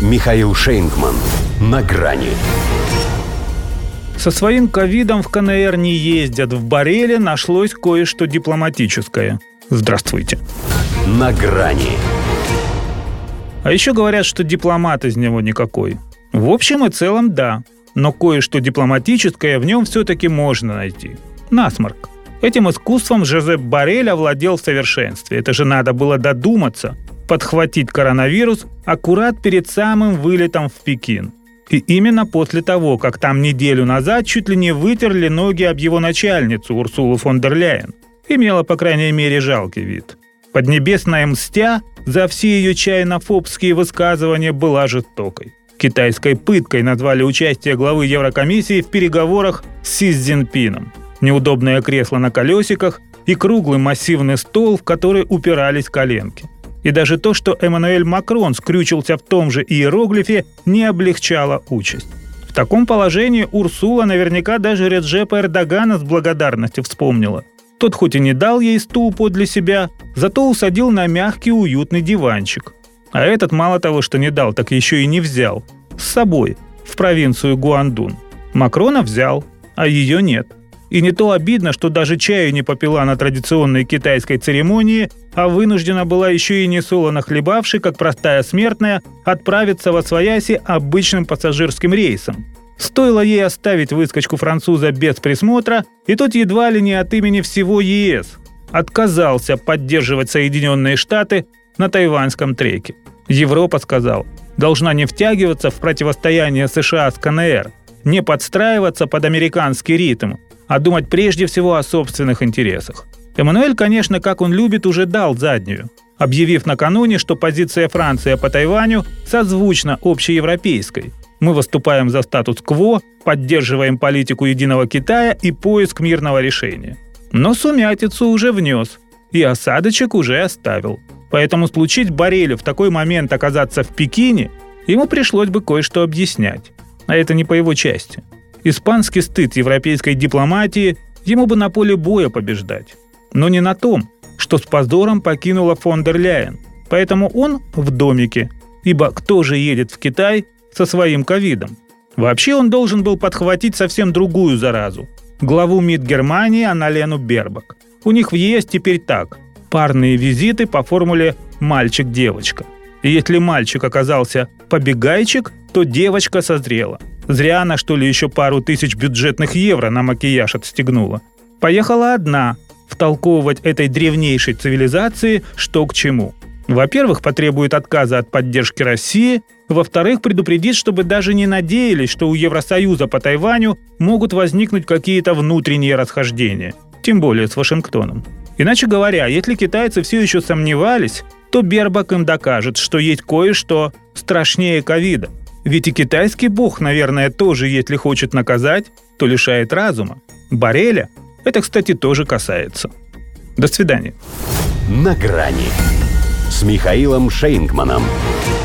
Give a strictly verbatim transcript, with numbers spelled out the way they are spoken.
Михаил Шейнгман. На грани. Со своим ковидом в ка эн эр не ездят. В Борреле нашлось кое-что дипломатическое. Здравствуйте. На грани. А еще говорят, что дипломат из него никакой. В общем и целом, да. Но кое-что дипломатическое в нем все-таки можно найти. Насморк. Этим искусством Жозеп Боррель овладел в совершенстве. Это же надо было додуматься подхватить коронавирус аккурат перед самым вылетом в Пекин. И именно после того, как там неделю назад чуть ли не вытерли ноги об его начальницу Урсулу фон дер Ляйен. Имела, по крайней мере, жалкий вид. Поднебесная мстя за все ее чайнофобские высказывания была жестокой. Китайской пыткой назвали участие главы Еврокомиссии в переговорах с Си Цзиньпином. Неудобное кресло на колесиках и круглый массивный стол, в который упирались коленки. И даже то, что Эммануэль Макрон скрючился в том же иероглифе, не облегчало участь. В таком положении Урсула наверняка даже Реджепа Эрдогана с благодарностью вспомнила. Тот хоть и не дал ей стул подле себя, зато усадил на мягкий уютный диванчик. А этот мало того, что не дал, так еще и не взял. С собой, в провинцию Гуандун. Макрона взял, а ее нет. И не то обидно, что даже чаю не попила на традиционной китайской церемонии, а вынуждена была еще и несолоно хлебавши, как простая смертная, отправиться восвояси обычным пассажирским рейсом. Стоило ей оставить выскочку француза без присмотра, и тот едва ли не от имени всего е эс отказался поддерживать Соединенные Штаты на тайваньском треке. Европа, сказал, должна не втягиваться в противостояние США с ка эн эр, не подстраиваться под американский ритм, а думать прежде всего о собственных интересах. Эммануэль, конечно, как он любит, уже дал заднюю, объявив накануне, что позиция Франции по Тайваню созвучна общеевропейской. Мы выступаем за статус-кво, поддерживаем политику единого Китая и поиск мирного решения. Но сумятицу уже внес, и осадочек уже оставил. Поэтому случить Боррелю в такой момент оказаться в Пекине, ему пришлось бы кое-что объяснять. А это не по его части. Испанский стыд европейской дипломатии ему бы на поле боя побеждать. Но не на том, что с позором покинула фон дер Ляйен. Поэтому он в домике, ибо кто же едет в Китай со своим ковидом? Вообще он должен был подхватить совсем другую заразу – главу МИД Германии Анналену Бербак. У них в е эс теперь так – парные визиты по формуле «мальчик-девочка». И если мальчик оказался побегайчик, то девочка созрела. Зря она, что ли, еще пару тысяч бюджетных евро на макияж отстегнула. Поехала одна втолковывать этой древнейшей цивилизации, что к чему. Во-первых, потребует отказа от поддержки России. Во-вторых, предупредит, чтобы даже не надеялись, что у Евросоюза по Тайваню могут возникнуть какие-то внутренние расхождения. Тем более с Вашингтоном. Иначе говоря, если китайцы все еще сомневались, то Бербак им докажет, что есть кое-что страшнее ковида. Ведь и китайский бог, наверное, тоже, если хочет наказать, то лишает разума. Борреля это, кстати, тоже касается. До свидания. На грани с Михаилом Шейнгманом.